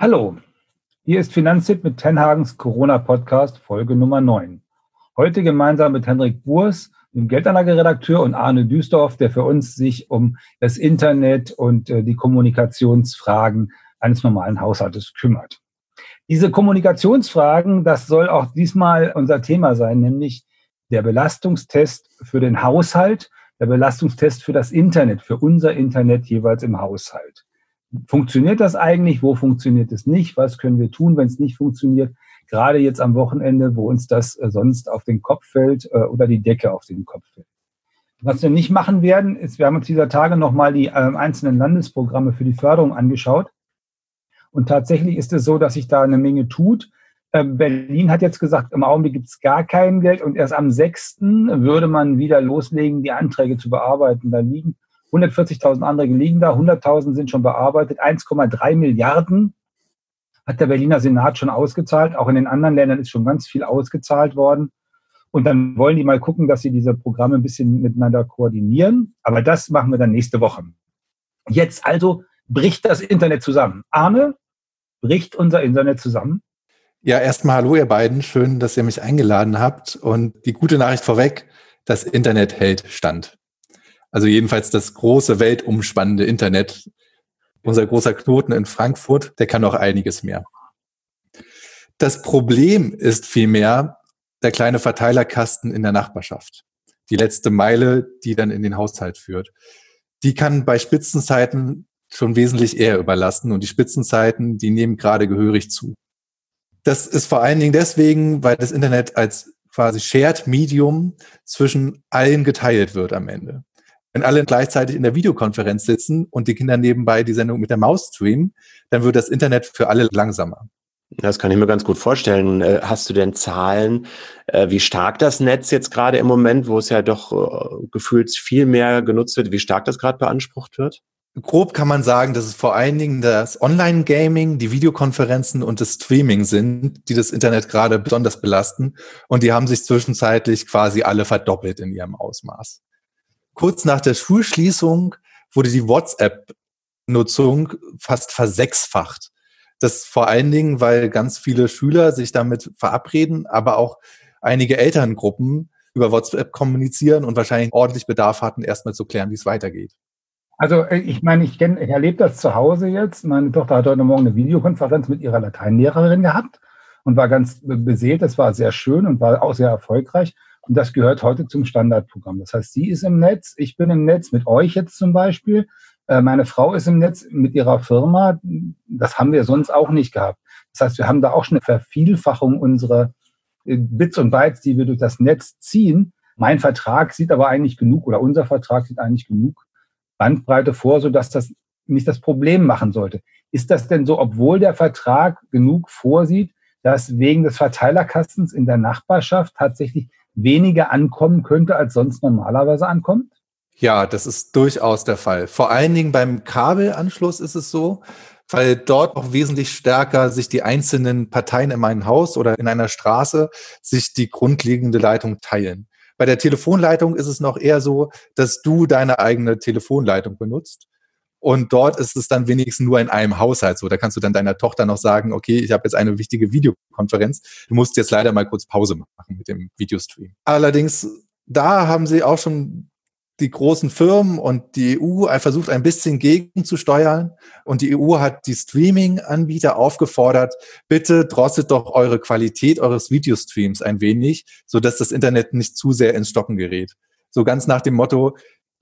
Hallo, hier ist Finanztipp mit Tenhagens Corona-Podcast, Folge Nummer 9. Heute gemeinsam mit Hendrik Burs, dem Geldanlageredakteur, und Arne Duesdorf, der für uns sich um das Internet und die Kommunikationsfragen eines normalen Haushaltes kümmert. Diese Kommunikationsfragen, das soll auch diesmal unser Thema sein, nämlich der Belastungstest für den Haushalt, der Belastungstest für das Internet, für unser Internet jeweils im Haushalt. Funktioniert das eigentlich? Wo funktioniert es nicht? Was können wir tun, wenn es nicht funktioniert? Gerade jetzt am Wochenende, wo uns das sonst auf den Kopf fällt oder die Decke auf den Kopf fällt. Was wir nicht machen werden, ist, wir haben uns dieser Tage nochmal die einzelnen Landesprogramme für die Förderung angeschaut. Und tatsächlich ist es so, dass sich da eine Menge tut. Berlin hat jetzt gesagt, im Augenblick gibt es gar kein Geld und erst am 6. würde man wieder loslegen, die Anträge zu bearbeiten. Da liegen 140.000 Anträge liegen da, 100.000 sind schon bearbeitet, 1,3 Milliarden hat der Berliner Senat schon ausgezahlt. Auch in den anderen Ländern ist schon ganz viel ausgezahlt worden. Und dann wollen die mal gucken, dass sie diese Programme ein bisschen miteinander koordinieren. Aber das machen wir dann nächste Woche. Jetzt also bricht das Internet zusammen. Arne, bricht unser Internet zusammen? Ja, erstmal hallo ihr beiden. Schön, dass ihr mich eingeladen habt. Und die gute Nachricht vorweg, das Internet hält stand. Also jedenfalls das große, weltumspannende Internet. Unser großer Knoten in Frankfurt, der kann noch einiges mehr. Das Problem ist vielmehr der kleine Verteilerkasten in der Nachbarschaft. Die letzte Meile, die dann in den Haushalt führt. Die kann bei Spitzenzeiten schon wesentlich eher überlasten. Und die Spitzenzeiten, die nehmen gerade gehörig zu. Das ist vor allen Dingen deswegen, weil das Internet als quasi Shared Medium zwischen allen geteilt wird am Ende. Wenn alle gleichzeitig in der Videokonferenz sitzen und die Kinder nebenbei die Sendung mit der Maus streamen, dann wird das Internet für alle langsamer. Das kann ich mir ganz gut vorstellen. Hast du denn Zahlen, wie stark das Netz jetzt gerade im Moment, wo es ja doch gefühlt viel mehr genutzt wird, wie stark das gerade beansprucht wird? Grob kann man sagen, dass es vor allen Dingen das Online-Gaming, die Videokonferenzen und das Streaming sind, die das Internet gerade besonders belasten. Und die haben sich zwischenzeitlich quasi alle verdoppelt in ihrem Ausmaß. Kurz nach der Schulschließung wurde die WhatsApp-Nutzung fast versechsfacht. Das vor allen Dingen, weil ganz viele Schüler sich damit verabreden, aber auch einige Elterngruppen über WhatsApp kommunizieren und wahrscheinlich ordentlich Bedarf hatten, erstmal zu klären, wie es weitergeht. Also ich meine, ich erlebe das zu Hause jetzt. Meine Tochter hat heute Morgen eine Videokonferenz mit ihrer Lateinlehrerin gehabt und war ganz beseelt. Das war sehr schön und war auch sehr erfolgreich. Und das gehört heute zum Standardprogramm. Das heißt, sie ist im Netz, ich bin im Netz, mit euch jetzt zum Beispiel. Meine Frau ist im Netz mit ihrer Firma. Das haben wir sonst auch nicht gehabt. Das heißt, wir haben da auch schon eine Vervielfachung unserer Bits und Bytes, die wir durch das Netz ziehen. Mein Vertrag sieht aber eigentlich genug, oder unser Vertrag sieht eigentlich genug Bandbreite vor, sodass das nicht das Problem machen sollte. Ist das denn so, obwohl der Vertrag genug vorsieht, dass wegen des Verteilerkastens in der Nachbarschaft tatsächlich weniger ankommen könnte, als sonst normalerweise ankommt? Ja, das ist durchaus der Fall. Vor allen Dingen beim Kabelanschluss ist es so, weil dort auch wesentlich stärker sich die einzelnen Parteien in meinem Haus oder in einer Straße sich die grundlegende Leitung teilen. Bei der Telefonleitung ist es noch eher so, dass du deine eigene Telefonleitung benutzt. Und dort ist es dann wenigstens nur in einem Haushalt so. Da kannst du dann deiner Tochter noch sagen, okay, ich habe jetzt eine wichtige Videokonferenz. Du musst jetzt leider mal kurz Pause machen mit dem Videostream. Allerdings, da haben sie auch schon die großen Firmen und die EU versucht, ein bisschen gegenzusteuern. Und die EU hat die Streaming-Anbieter aufgefordert, bitte drosselt doch eure Qualität eures Videostreams ein wenig, sodass das Internet nicht zu sehr ins Stocken gerät. So ganz nach dem Motto,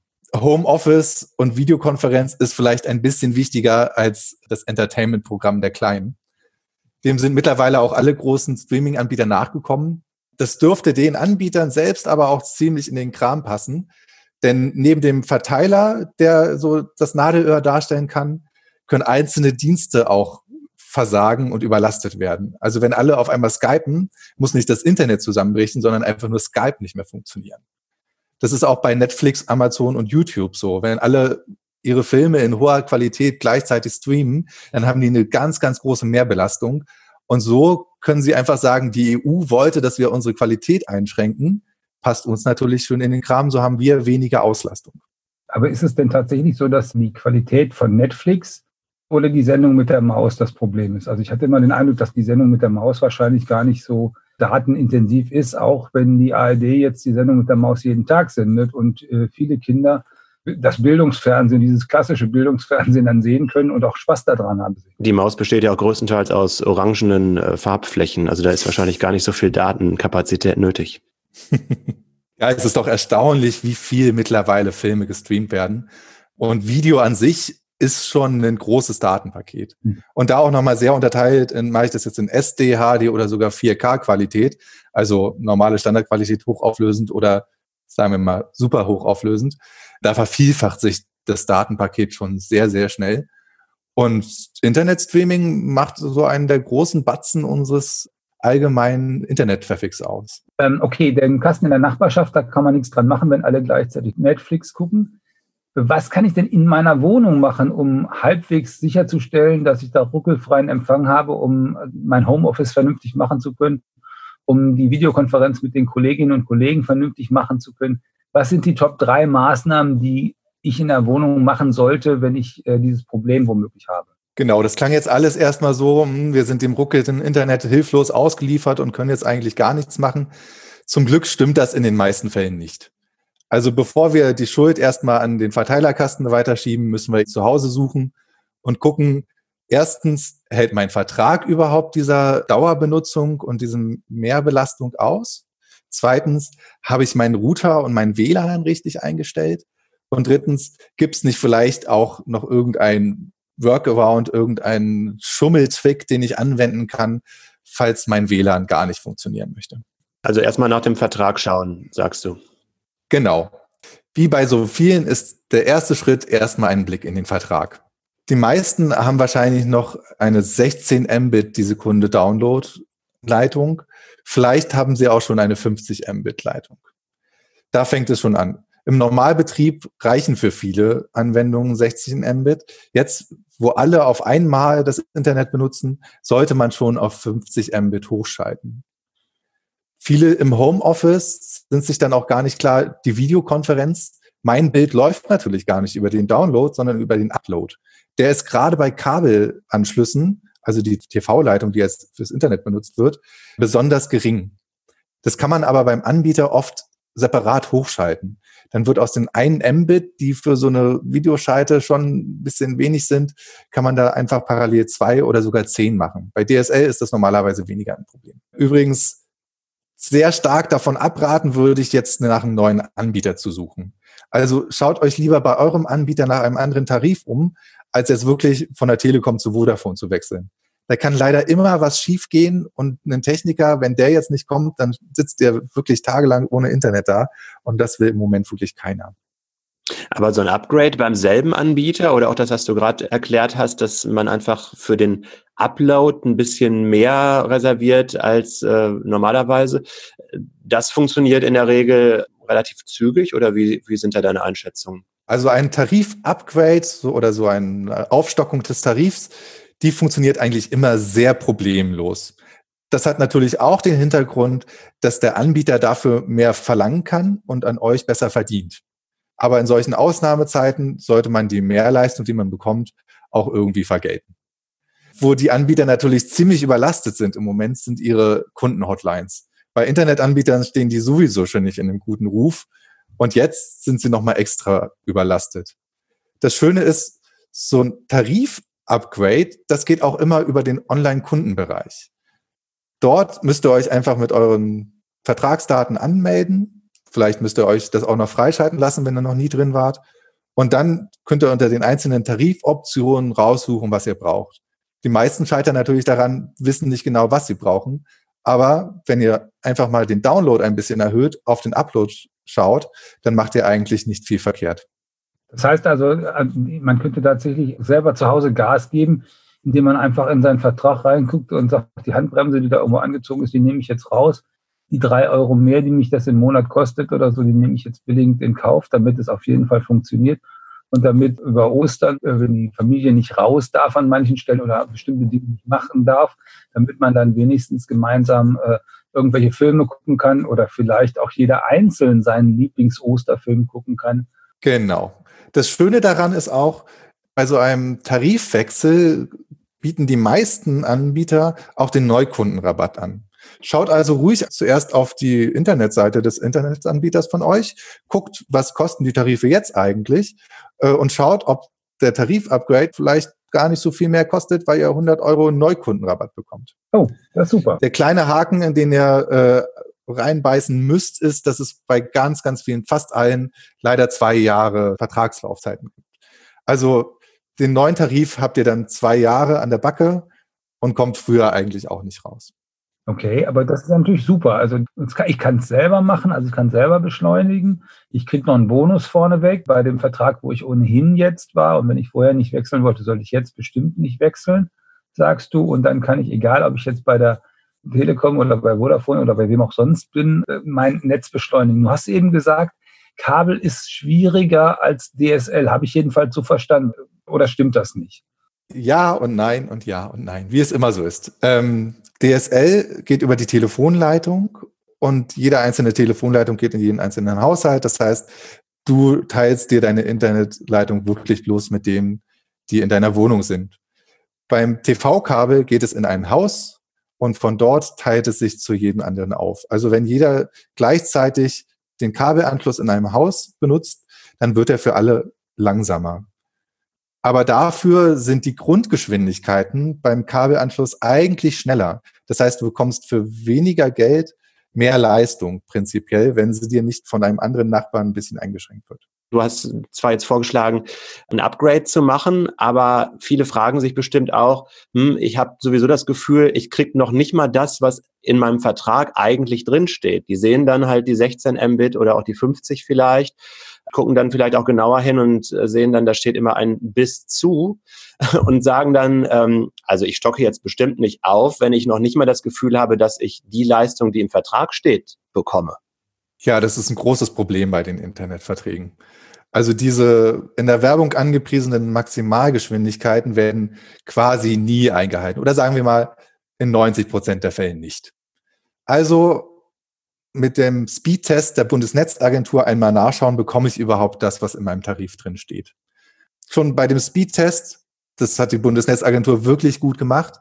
Homeoffice und Videokonferenz ist vielleicht ein bisschen wichtiger als das Entertainment-Programm der Kleinen. Dem sind mittlerweile auch alle großen Streaming-Anbieter nachgekommen. Das dürfte den Anbietern selbst aber auch ziemlich in den Kram passen. Denn neben dem Verteiler, der so das Nadelöhr darstellen kann, können einzelne Dienste auch versagen und überlastet werden. Also wenn alle auf einmal skypen, muss nicht das Internet zusammenbrechen, sondern einfach nur Skype nicht mehr funktionieren. Das ist auch bei Netflix, Amazon und YouTube so. Wenn alle ihre Filme in hoher Qualität gleichzeitig streamen, dann haben die eine ganz, ganz große Mehrbelastung. Und so können sie einfach sagen, die EU wollte, dass wir unsere Qualität einschränken. Passt uns natürlich schön in den Kram, so haben wir weniger Auslastung. Aber ist es denn tatsächlich so, dass die Qualität von Netflix oder die Sendung mit der Maus das Problem ist. Also ich hatte immer den Eindruck, dass die Sendung mit der Maus wahrscheinlich gar nicht so datenintensiv ist, auch wenn die ARD jetzt die Sendung mit der Maus jeden Tag sendet und viele Kinder das Bildungsfernsehen, dieses klassische Bildungsfernsehen dann sehen können und auch Spaß daran haben. Die Maus besteht ja auch größtenteils aus orangenen Farbflächen. Also da ist wahrscheinlich gar nicht so viel Datenkapazität nötig. Ja, es ist doch erstaunlich, wie viel mittlerweile Filme gestreamt werden. Und Video an sich ist schon ein großes Datenpaket. Und da auch nochmal sehr unterteilt, mache ich das jetzt in SD, HD oder sogar 4K-Qualität, also normale Standardqualität hochauflösend oder sagen wir mal super hochauflösend. Da vervielfacht sich das Datenpaket schon sehr, sehr schnell. Und Internetstreaming macht so einen der großen Batzen unseres allgemeinen Internettraffics aus. Okay, den Kasten in der Nachbarschaft, da kann man nichts dran machen, wenn alle gleichzeitig Netflix gucken. Was kann ich denn in meiner Wohnung machen, um halbwegs sicherzustellen, dass ich da ruckelfreien Empfang habe, um mein Homeoffice vernünftig machen zu können, um die Videokonferenz mit den Kolleginnen und Kollegen vernünftig machen zu können? Was sind die Top 3 Maßnahmen, die ich in der Wohnung machen sollte, wenn ich dieses Problem womöglich habe? Genau, das klang jetzt alles erstmal so, wir sind dem ruckelnden Internet hilflos ausgeliefert und können jetzt eigentlich gar nichts machen. Zum Glück stimmt das in den meisten Fällen nicht. Also bevor wir die Schuld erstmal an den Verteilerkasten weiterschieben, müssen wir zu Hause suchen und gucken, erstens, hält mein Vertrag überhaupt dieser Dauerbenutzung und diesem Mehrbelastung aus? Zweitens, habe ich meinen Router und mein WLAN richtig eingestellt? Und drittens, gibt es nicht vielleicht auch noch irgendein Workaround, irgendeinen Schummeltrick, den ich anwenden kann, falls mein WLAN gar nicht funktionieren möchte? Also erstmal nach dem Vertrag schauen, sagst du. Genau. Wie bei so vielen ist der erste Schritt erstmal ein Blick in den Vertrag. Die meisten haben wahrscheinlich noch eine 16 Mbit die Sekunde Download-Leitung. Vielleicht haben sie auch schon eine 50 Mbit-Leitung. Da fängt es schon an. Im Normalbetrieb reichen für viele Anwendungen 16 Mbit. Jetzt, wo alle auf einmal das Internet benutzen, sollte man schon auf 50 Mbit hochschalten. Viele im Homeoffice sind sich dann auch gar nicht klar, die Videokonferenz, mein Bild läuft natürlich gar nicht über den Download, sondern über den Upload. Der ist gerade bei Kabelanschlüssen, also die TV-Leitung, die jetzt fürs Internet benutzt wird, besonders gering. Das kann man aber beim Anbieter oft separat hochschalten. Dann wird aus den 1 Mbit, die für so eine Videoschalte schon ein bisschen wenig sind, kann man da einfach parallel 2 oder sogar 10 machen. Bei DSL ist das normalerweise weniger ein Problem. Übrigens, sehr stark davon abraten würde ich jetzt nach einem neuen Anbieter zu suchen. Also schaut euch lieber bei eurem Anbieter nach einem anderen Tarif um, als jetzt wirklich von der Telekom zu Vodafone zu wechseln. Da kann leider immer was schiefgehen und ein Techniker, wenn der jetzt nicht kommt, dann sitzt der wirklich tagelang ohne Internet da und das will im Moment wirklich keiner. Aber so ein Upgrade beim selben Anbieter oder auch das, was du gerade erklärt hast, dass man einfach für den Upload ein bisschen mehr reserviert als normalerweise, das funktioniert in der Regel relativ zügig oder wie sind da deine Einschätzungen? Also ein Tarif-Upgrade oder so eine Aufstockung des Tarifs, die funktioniert eigentlich immer sehr problemlos. Das hat natürlich auch den Hintergrund, dass der Anbieter dafür mehr verlangen kann und an euch besser verdient. Aber in solchen Ausnahmezeiten sollte man die Mehrleistung, die man bekommt, auch irgendwie vergelten. Wo die Anbieter natürlich ziemlich überlastet sind im Moment, sind ihre Kundenhotlines. Bei Internetanbietern stehen die sowieso schon nicht in einem guten Ruf. Und jetzt sind sie nochmal extra überlastet. Das Schöne ist, so ein Tarif-Upgrade, das geht auch immer über den Online-Kundenbereich. Dort müsst ihr euch einfach mit euren Vertragsdaten anmelden. Vielleicht müsst ihr euch das auch noch freischalten lassen, wenn ihr noch nie drin wart. Und dann könnt ihr unter den einzelnen Tarifoptionen raussuchen, was ihr braucht. Die meisten scheitern natürlich daran, wissen nicht genau, was sie brauchen. Aber wenn ihr einfach mal den Download ein bisschen erhöht, auf den Upload schaut, dann macht ihr eigentlich nicht viel verkehrt. Das heißt also, man könnte tatsächlich selber zu Hause Gas geben, indem man einfach in seinen Vertrag reinguckt und sagt, die Handbremse, die da irgendwo angezogen ist, die nehme ich jetzt raus. Die 3 Euro mehr, die mich das im Monat kostet oder so, die nehme ich jetzt billigend in Kauf, damit es auf jeden Fall funktioniert. Und damit über Ostern, wenn die Familie nicht raus darf an manchen Stellen oder bestimmte Dinge nicht machen darf, damit man dann wenigstens gemeinsam irgendwelche Filme gucken kann oder vielleicht auch jeder einzeln seinen Lieblings-Osterfilm gucken kann. Genau. Das Schöne daran ist auch, Bei so einem Tarifwechsel bieten die meisten Anbieter auch den Neukundenrabatt an. Schaut also ruhig zuerst auf die Internetseite des Internetanbieters von euch, guckt, was kosten die Tarife jetzt eigentlich und schaut, ob der Tarifupgrade vielleicht gar nicht so viel mehr kostet, weil ihr 100 € Neukundenrabatt bekommt. Oh, das ist super. Der kleine Haken, in den ihr reinbeißen müsst, ist, dass es bei ganz, ganz vielen, fast allen, leider 2 Jahre Vertragslaufzeiten gibt. Also den neuen Tarif habt ihr dann 2 Jahre an der Backe und kommt früher eigentlich auch nicht raus. Okay, aber das ist natürlich super. Also ich kann es selber machen, also ich kann selber beschleunigen. Ich kriege noch einen Bonus vorneweg bei dem Vertrag, wo ich ohnehin jetzt war. Und wenn ich vorher nicht wechseln wollte, sollte ich jetzt bestimmt nicht wechseln, sagst du. Und dann kann ich, egal ob ich jetzt bei der Telekom oder bei Vodafone oder bei wem auch sonst bin, mein Netz beschleunigen. Du hast eben gesagt, Kabel ist schwieriger als DSL. Habe ich jedenfalls so verstanden. Oder stimmt das nicht? Ja und nein und ja und nein, wie es immer so ist. DSL geht über die Telefonleitung und jede einzelne Telefonleitung geht in jeden einzelnen Haushalt. Das heißt, du teilst dir deine Internetleitung wirklich bloß mit denen, die in deiner Wohnung sind. Beim TV-Kabel geht es in ein Haus und von dort teilt es sich zu jedem anderen auf. Also wenn jeder gleichzeitig den Kabelanschluss in einem Haus benutzt, dann wird er für alle langsamer. Aber dafür sind die Grundgeschwindigkeiten beim Kabelanschluss eigentlich schneller. Das heißt, du bekommst für weniger Geld mehr Leistung prinzipiell, wenn sie dir nicht von einem anderen Nachbarn ein bisschen eingeschränkt wird. Du hast zwar jetzt vorgeschlagen, ein Upgrade zu machen, aber viele fragen sich bestimmt auch, ich habe sowieso das Gefühl, ich kriege noch nicht mal das, was in meinem Vertrag eigentlich drinsteht. Die sehen dann halt die 16 Mbit oder auch die 50 vielleicht, gucken dann vielleicht auch genauer hin und sehen dann, da steht immer ein bis zu und sagen dann, also ich stocke jetzt bestimmt nicht auf, wenn ich noch nicht mal das Gefühl habe, dass ich die Leistung, die im Vertrag steht, bekomme. Ja, das ist ein großes Problem bei den Internetverträgen. Also diese in der Werbung angepriesenen Maximalgeschwindigkeiten werden quasi nie eingehalten. Oder sagen wir mal, in 90% der Fälle nicht. Also mit dem Speedtest der Bundesnetzagentur einmal nachschauen, bekomme ich überhaupt das, was in meinem Tarif drin steht. Schon bei dem Speedtest, das hat die Bundesnetzagentur wirklich gut gemacht.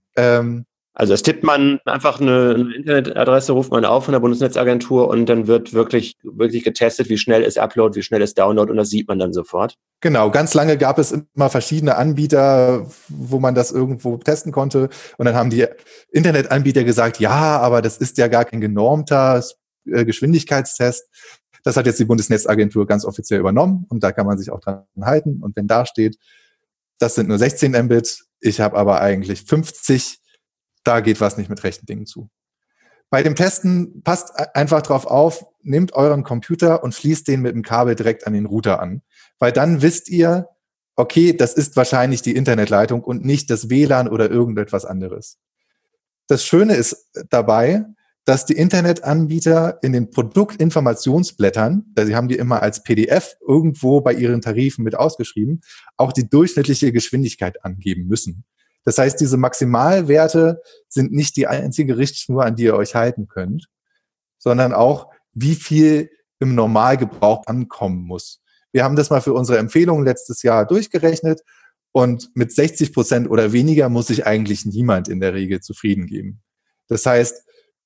Also es tippt man einfach eine Internetadresse, ruft man auf von der Bundesnetzagentur und dann wird wirklich getestet, wie schnell ist Upload, wie schnell ist Download und das sieht man dann sofort. Genau, ganz lange gab es immer verschiedene Anbieter, wo man das irgendwo testen konnte und dann haben die Internetanbieter gesagt, ja, aber das ist ja gar kein genormter Geschwindigkeitstest. Das hat jetzt die Bundesnetzagentur ganz offiziell übernommen und da kann man sich auch dran halten und wenn da steht, das sind nur 16 Mbit, ich habe aber eigentlich 50, da geht was nicht mit rechten Dingen zu. Bei dem Testen passt einfach drauf auf, nehmt euren Computer und schließt den mit dem Kabel direkt an den Router an. Weil dann wisst ihr, okay, das ist wahrscheinlich die Internetleitung und nicht das WLAN oder irgendetwas anderes. Das Schöne ist dabei, dass die Internetanbieter in den Produktinformationsblättern, sie haben die immer als PDF irgendwo bei ihren Tarifen mit ausgeschrieben, auch die durchschnittliche Geschwindigkeit angeben müssen. Das heißt, diese Maximalwerte sind nicht die einzige Richtschnur, an die ihr euch halten könnt, sondern auch, wie viel im Normalgebrauch ankommen muss. Wir haben das mal für unsere Empfehlungen letztes Jahr durchgerechnet und mit 60% oder weniger muss sich eigentlich niemand in der Regel zufrieden geben. Das heißt,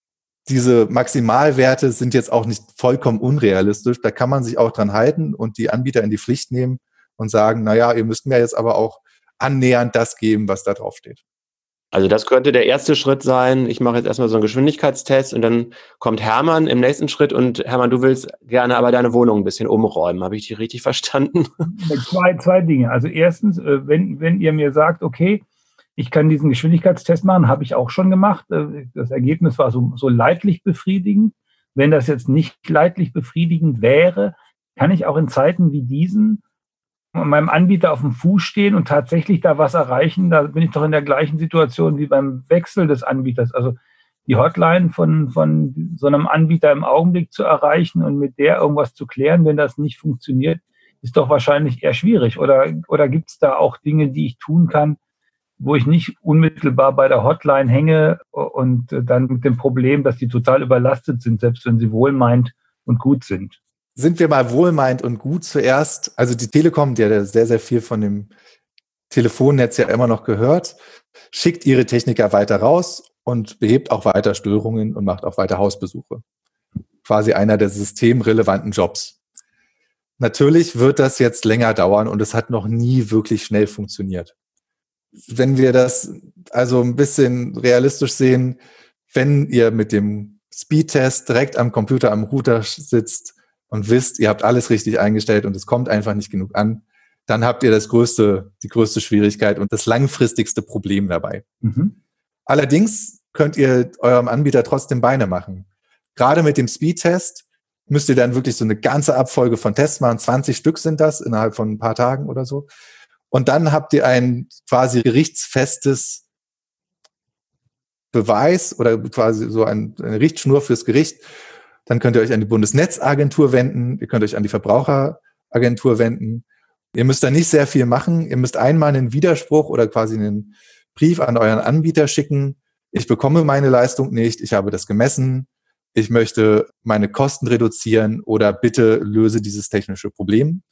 diese Maximalwerte sind jetzt auch nicht vollkommen unrealistisch. Da kann man sich auch dran halten und die Anbieter in die Pflicht nehmen und sagen, naja, ihr müsst mir jetzt aber auch annähernd das geben, was da drauf steht. Also das könnte der erste Schritt sein. Ich mache jetzt erstmal so einen Geschwindigkeitstest und dann kommt Hermann im nächsten Schritt und Hermann, du willst gerne aber deine Wohnung ein bisschen umräumen. Habe ich dich richtig verstanden? Zwei Dinge. Also erstens, wenn ihr mir sagt, okay, ich kann diesen Geschwindigkeitstest machen, habe ich auch schon gemacht. Das Ergebnis war so leidlich befriedigend. Wenn das jetzt nicht leidlich befriedigend wäre, kann ich auch in Zeiten wie diesen meinem Anbieter auf dem Fuß stehen und tatsächlich da was erreichen. Da bin ich doch in der gleichen Situation wie beim Wechsel des Anbieters. Also die Hotline von so einem Anbieter im Augenblick zu erreichen und mit der irgendwas zu klären, wenn das nicht funktioniert, ist doch wahrscheinlich eher schwierig. Oder gibt es da auch Dinge, die ich tun kann, wo ich nicht unmittelbar bei der Hotline hänge und dann mit dem Problem, dass die total überlastet sind, selbst wenn sie wohlmeint und gut sind? Sind wir mal wohlmeint und gut zuerst. Also die Telekom, die hat ja sehr, sehr viel von dem Telefonnetz ja immer noch gehört, schickt ihre Techniker weiter raus und behebt auch weiter Störungen und macht auch weiter Hausbesuche. Quasi einer der systemrelevanten Jobs. Natürlich wird das jetzt länger dauern und es hat noch nie wirklich schnell funktioniert. Wenn wir das also ein bisschen realistisch sehen, wenn ihr mit dem Speedtest direkt am Computer, am Router sitzt und wisst, ihr habt alles richtig eingestellt und es kommt einfach nicht genug an, dann habt ihr die größte Schwierigkeit und das langfristigste Problem dabei. Mhm. Allerdings könnt ihr eurem Anbieter trotzdem Beine machen. Gerade mit dem Speedtest müsst ihr dann wirklich so eine ganze Abfolge von Tests machen. 20 Stück sind das innerhalb von ein paar Tagen oder so. Und dann habt ihr ein quasi gerichtsfestes Beweis oder quasi so eine Richtschnur fürs Gericht. Dann könnt ihr euch an die Bundesnetzagentur wenden. Ihr könnt euch an die Verbraucheragentur wenden. Ihr müsst da nicht sehr viel machen. Ihr müsst einmal einen Widerspruch oder quasi einen Brief an euren Anbieter schicken. Ich bekomme meine Leistung nicht. Ich habe das gemessen. Ich möchte meine Kosten reduzieren oder bitte löse dieses technische Problem.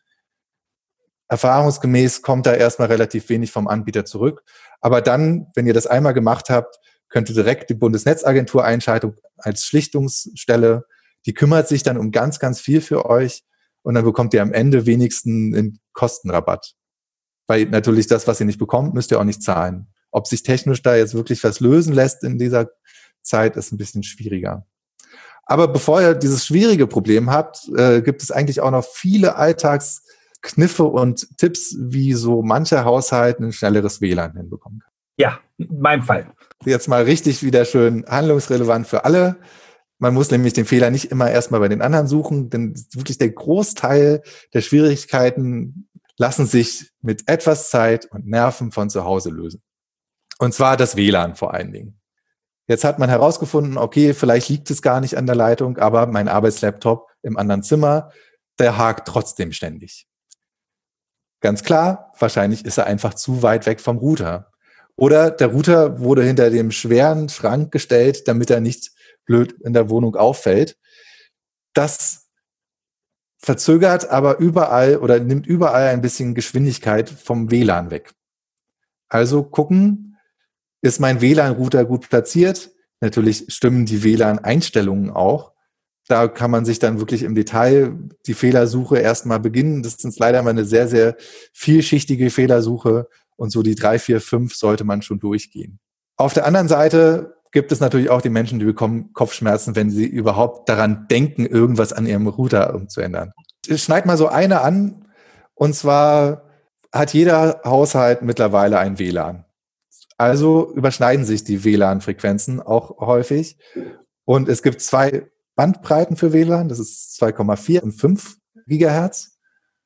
Erfahrungsgemäß kommt da erstmal relativ wenig vom Anbieter zurück. Aber dann, wenn ihr das einmal gemacht habt, könnt ihr direkt die Bundesnetzagentur einschalten als Schlichtungsstelle. Die kümmert sich dann um ganz, ganz viel für euch. Und dann bekommt ihr am Ende wenigstens einen Kostenrabatt. Weil natürlich das, was ihr nicht bekommt, müsst ihr auch nicht zahlen. Ob sich technisch da jetzt wirklich was lösen lässt in dieser Zeit, ist ein bisschen schwieriger. Aber bevor ihr dieses schwierige Problem habt, gibt es eigentlich auch noch viele Alltagskniffe und Tipps, wie so mancher Haushalt ein schnelleres WLAN hinbekommen kann. Ja, in meinem Fall. Jetzt mal richtig wieder schön handlungsrelevant für alle. Man muss nämlich den Fehler nicht immer erstmal bei den anderen suchen, denn wirklich der Großteil der Schwierigkeiten lassen sich mit etwas Zeit und Nerven von zu Hause lösen. Und zwar das WLAN vor allen Dingen. Jetzt hat man herausgefunden, okay, vielleicht liegt es gar nicht an der Leitung, aber mein Arbeitslaptop im anderen Zimmer, der hakt trotzdem ständig. Ganz klar, wahrscheinlich ist er einfach zu weit weg vom Router. Oder der Router wurde hinter dem schweren Schrank gestellt, damit er nicht blöd in der Wohnung auffällt. Das verzögert aber überall oder nimmt überall ein bisschen Geschwindigkeit vom WLAN weg. Also gucken, ist mein WLAN-Router gut platziert? Natürlich stimmen die WLAN-Einstellungen auch. Da kann man sich dann wirklich im Detail die Fehlersuche erstmal beginnen. Das ist leider mal eine sehr, sehr vielschichtige Fehlersuche und so die 3, 4, 5 sollte man schon durchgehen. Auf der anderen Seite gibt es natürlich auch die Menschen, die bekommen Kopfschmerzen, wenn sie überhaupt daran denken, irgendwas an ihrem Router umzuändern. Ich schneide mal so eine an, und zwar hat jeder Haushalt mittlerweile ein WLAN. Also überschneiden sich die WLAN-Frequenzen auch häufig. Und es gibt 2 Bandbreiten für WLAN, das ist 2,4 und 5 Gigahertz.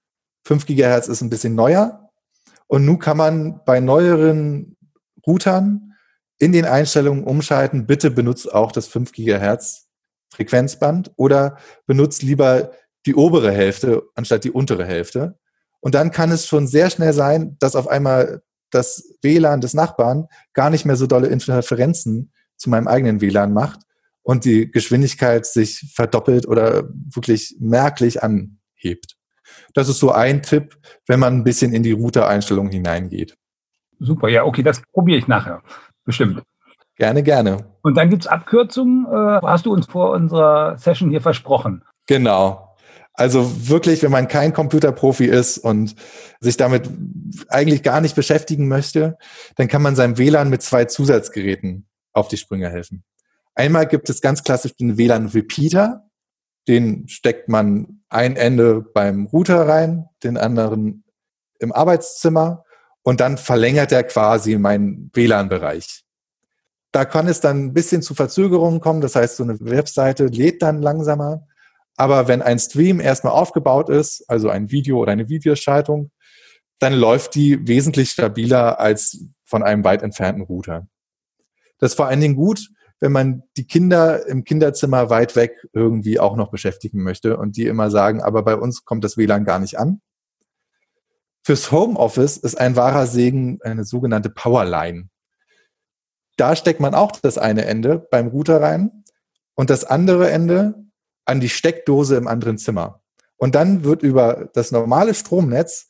5 Gigahertz ist ein bisschen neuer. Und nun kann man bei neueren Routern in den Einstellungen umschalten, bitte benutzt auch das 5 Gigahertz Frequenzband oder benutzt lieber die obere Hälfte anstatt die untere Hälfte. Und dann kann es schon sehr schnell sein, dass auf einmal das WLAN des Nachbarn gar nicht mehr so dolle Interferenzen zu meinem eigenen WLAN macht und die Geschwindigkeit sich verdoppelt oder wirklich merklich anhebt. Das ist so ein Tipp, wenn man ein bisschen in die Router-Einstellungen hineingeht. Super, ja, okay, das probiere ich nachher. Bestimmt. Gerne, gerne. Und dann gibt es Abkürzungen, hast du uns vor unserer Session hier versprochen. Genau. Also wirklich, wenn man kein Computerprofi ist und sich damit eigentlich gar nicht beschäftigen möchte, dann kann man seinem WLAN mit 2 Zusatzgeräten auf die Sprünge helfen. Einmal gibt es ganz klassisch den WLAN-Repeater. Den steckt man ein Ende beim Router rein, den anderen im Arbeitszimmer. Und dann verlängert er quasi meinen WLAN-Bereich. Da kann es dann ein bisschen zu Verzögerungen kommen. Das heißt, so eine Webseite lädt dann langsamer. Aber wenn ein Stream erstmal aufgebaut ist, also ein Video oder eine Videoschaltung, dann läuft die wesentlich stabiler als von einem weit entfernten Router. Das ist vor allen Dingen gut, wenn man die Kinder im Kinderzimmer weit weg irgendwie auch noch beschäftigen möchte und die immer sagen, aber bei uns kommt das WLAN gar nicht an. Fürs Homeoffice ist ein wahrer Segen eine sogenannte Powerline. Da steckt man auch das eine Ende beim Router rein und das andere Ende an die Steckdose im anderen Zimmer. Und dann wird über das normale Stromnetz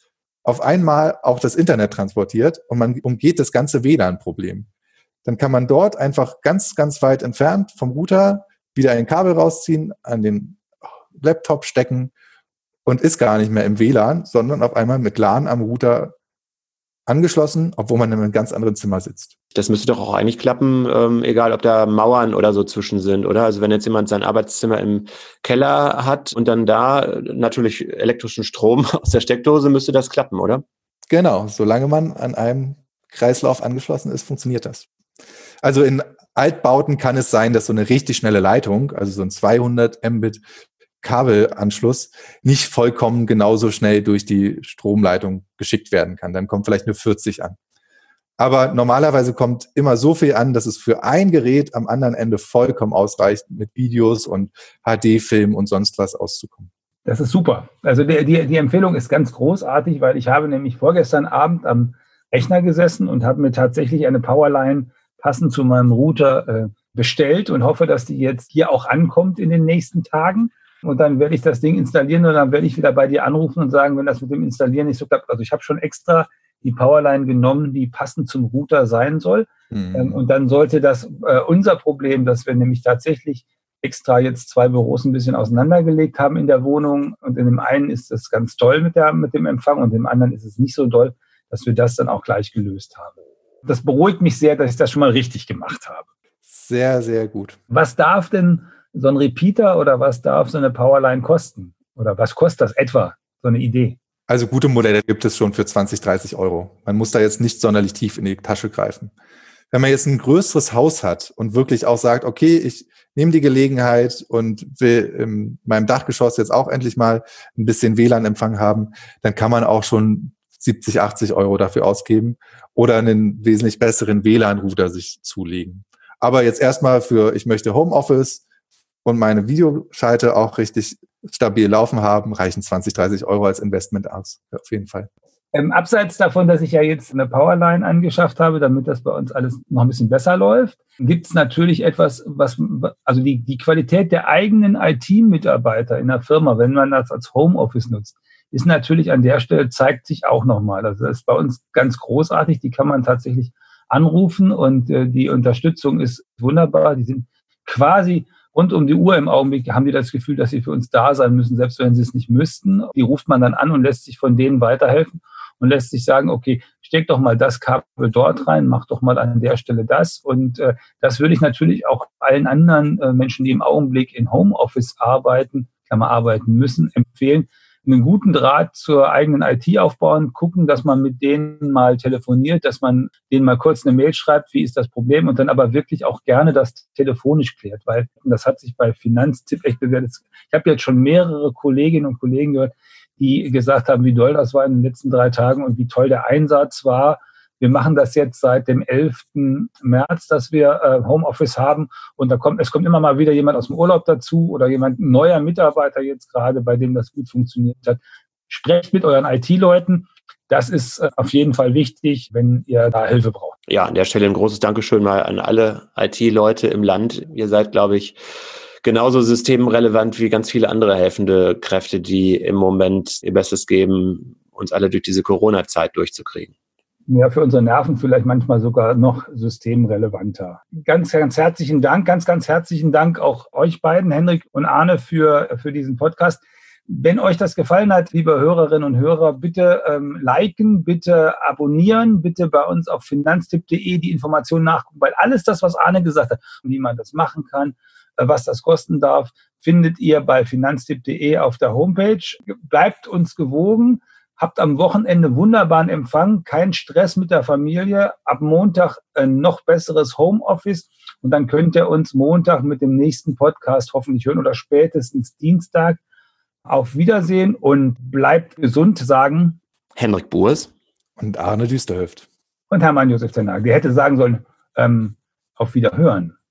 auf einmal auch das Internet transportiert und man umgeht das ganze WLAN-Problem. Dann kann man dort einfach ganz, ganz weit entfernt vom Router wieder ein Kabel rausziehen, an den Laptop stecken und ist gar nicht mehr im WLAN, sondern auf einmal mit LAN am Router angeschlossen, obwohl man in einem ganz anderen Zimmer sitzt. Das müsste doch auch eigentlich klappen, egal ob da Mauern oder so zwischen sind, oder? Also wenn jetzt jemand sein Arbeitszimmer im Keller hat und dann da natürlich elektrischen Strom aus der Steckdose, müsste das klappen, oder? Genau, solange man an einem Kreislauf angeschlossen ist, funktioniert das. Also in Altbauten kann es sein, dass so eine richtig schnelle Leitung, also so ein 200 Mbit Kabelanschluss, nicht vollkommen genauso schnell durch die Stromleitung geschickt werden kann. Dann kommt vielleicht nur 40 an. Aber normalerweise kommt immer so viel an, dass es für ein Gerät am anderen Ende vollkommen ausreicht, mit Videos und HD-Film und sonst was auszukommen. Das ist super. Also die Empfehlung ist ganz großartig, weil ich habe nämlich vorgestern Abend am Rechner gesessen und habe mir tatsächlich eine Powerline passend zu meinem Router bestellt und hoffe, dass die jetzt hier auch ankommt in den nächsten Tagen. Und dann werde ich das Ding installieren und dann werde ich wieder bei dir anrufen und sagen, wenn das mit dem Installieren nicht so klappt. Also ich habe schon extra die Powerline genommen, die passend zum Router sein soll. Und dann sollte das unser Problem, dass wir nämlich tatsächlich extra jetzt 2 Büros ein bisschen auseinandergelegt haben in der Wohnung. Und in dem einen ist es ganz toll mit dem Empfang und im anderen ist es nicht so doll, dass wir das dann auch gleich gelöst haben. Das beruhigt mich sehr, dass ich das schon mal richtig gemacht habe. Sehr, sehr gut. Was darf denn so ein Repeater oder was darf so eine Powerline kosten? Oder was kostet das etwa, so eine Idee? Also gute Modelle gibt es schon für 20, 30 Euro. Man muss da jetzt nicht sonderlich tief in die Tasche greifen. Wenn man jetzt ein größeres Haus hat und wirklich auch sagt, okay, ich nehme die Gelegenheit und will in meinem Dachgeschoss jetzt auch endlich mal ein bisschen WLAN-Empfang haben, dann kann man auch schon 70, 80 Euro dafür ausgeben oder einen wesentlich besseren WLAN-Router sich zulegen. Aber jetzt erstmal ich möchte Homeoffice und meine Videoschalte auch richtig stabil laufen haben, reichen 20, 30 Euro als Investment aus. Auf jeden Fall. Abseits davon, dass ich ja jetzt eine Powerline angeschafft habe, damit das bei uns alles noch ein bisschen besser läuft, gibt es natürlich etwas, also die Qualität der eigenen IT-Mitarbeiter in der Firma, wenn man das als Homeoffice nutzt, ist natürlich an der Stelle, zeigt sich auch nochmal. Also das ist bei uns ganz großartig, die kann man tatsächlich anrufen und die Unterstützung ist wunderbar. Die sind quasi rund um die Uhr im Augenblick, haben die das Gefühl, dass sie für uns da sein müssen, selbst wenn sie es nicht müssten. Die ruft man dann an und lässt sich von denen weiterhelfen und lässt sich sagen, okay, steck doch mal das Kabel dort rein, mach doch mal an der Stelle das. Und das würde ich natürlich auch allen anderen Menschen, die im Augenblick in Homeoffice arbeiten müssen, empfehlen, einen guten Draht zur eigenen IT aufbauen, gucken, dass man mit denen mal telefoniert, dass man denen mal kurz eine Mail schreibt, wie ist das Problem und dann aber wirklich auch gerne das telefonisch klärt, weil das hat sich bei Finanztipp echt bewährt. Ich habe jetzt schon mehrere Kolleginnen und Kollegen gehört, die gesagt haben, wie doll das war in den letzten 3 Tagen und wie toll der Einsatz war. Wir machen das jetzt seit dem 11. März, dass wir Homeoffice haben. Und es kommt immer mal wieder jemand aus dem Urlaub dazu oder ein neuer Mitarbeiter jetzt gerade, bei dem das gut funktioniert hat. Sprecht mit euren IT-Leuten. Das ist auf jeden Fall wichtig, wenn ihr da Hilfe braucht. Ja, an der Stelle ein großes Dankeschön mal an alle IT-Leute im Land. Ihr seid, glaube ich, genauso systemrelevant wie ganz viele andere helfende Kräfte, die im Moment ihr Bestes geben, uns alle durch diese Corona-Zeit durchzukriegen. Ja, für unsere Nerven vielleicht manchmal sogar noch systemrelevanter. Ganz, ganz herzlichen Dank, ganz, ganz herzlichen Dank auch euch beiden, Henrik und Arne, für diesen Podcast. Wenn euch das gefallen hat, liebe Hörerinnen und Hörer, bitte liken, bitte abonnieren, bitte bei uns auf finanztipp.de die Informationen nachgucken, weil alles das, was Arne gesagt hat, wie man das machen kann, was das kosten darf, findet ihr bei finanztipp.de auf der Homepage. Bleibt uns gewogen. Habt am Wochenende wunderbaren Empfang, kein Stress mit der Familie. Ab Montag ein noch besseres Homeoffice. Und dann könnt ihr uns Montag mit dem nächsten Podcast hoffentlich hören oder spätestens Dienstag. Auf Wiedersehen und bleibt gesund, sagen Henrik Burs und Arne Düsterhöft. Und Hermann Josef Tenag. Der hätte sagen sollen, auf Wiederhören.